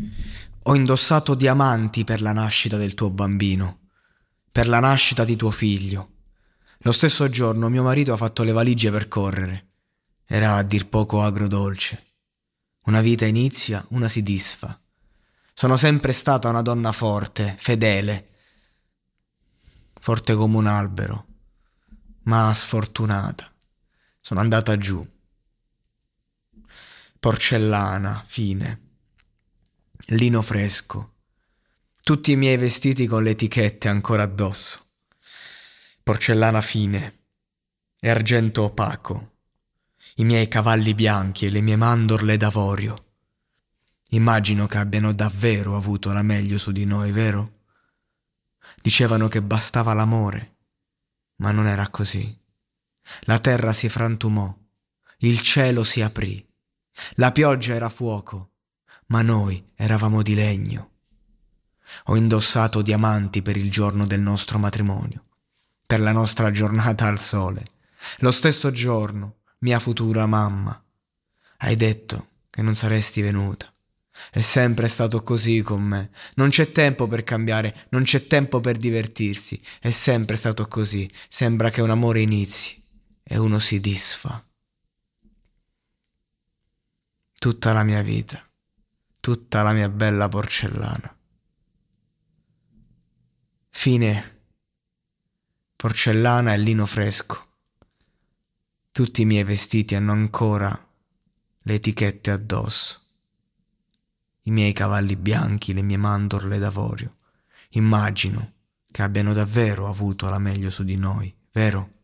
Ho indossato diamanti per la nascita del tuo bambino, per la nascita di tuo figlio. Lo stesso giorno mio marito ha fatto le valigie per correre. Era a dir poco agrodolce. Una vita inizia, una si disfa. Sono sempre stata una donna forte, fedele, forte come un albero, ma sfortunata. Sono andata giù. Porcellana, fine. Lino fresco. Tutti i miei vestiti con le etichette ancora addosso. Porcellana fine e argento opaco. I miei cavalli bianchi e le mie mandorle d'avorio. Immagino che abbiano davvero avuto la meglio su di noi, vero? Dicevano che bastava l'amore, ma non era così. La terra si frantumò, il cielo si aprì, la pioggia era fuoco, ma noi eravamo di legno. Ho indossato diamanti per il giorno del nostro matrimonio, per la nostra giornata al sole. Lo stesso giorno, mia futura mamma, hai detto che non saresti venuta. È sempre stato così con me. Non c'è tempo per cambiare, non c'è tempo per divertirsi. È sempre stato così. Sembra che un amore inizi e uno si disfa. Tutta la mia vita, tutta la mia bella porcellana. Fine. Porcellana e lino fresco. Tutti i miei vestiti hanno ancora le etichette addosso. I miei cavalli bianchi, le mie mandorle d'avorio. Immagino che abbiano davvero avuto la meglio su di noi, vero?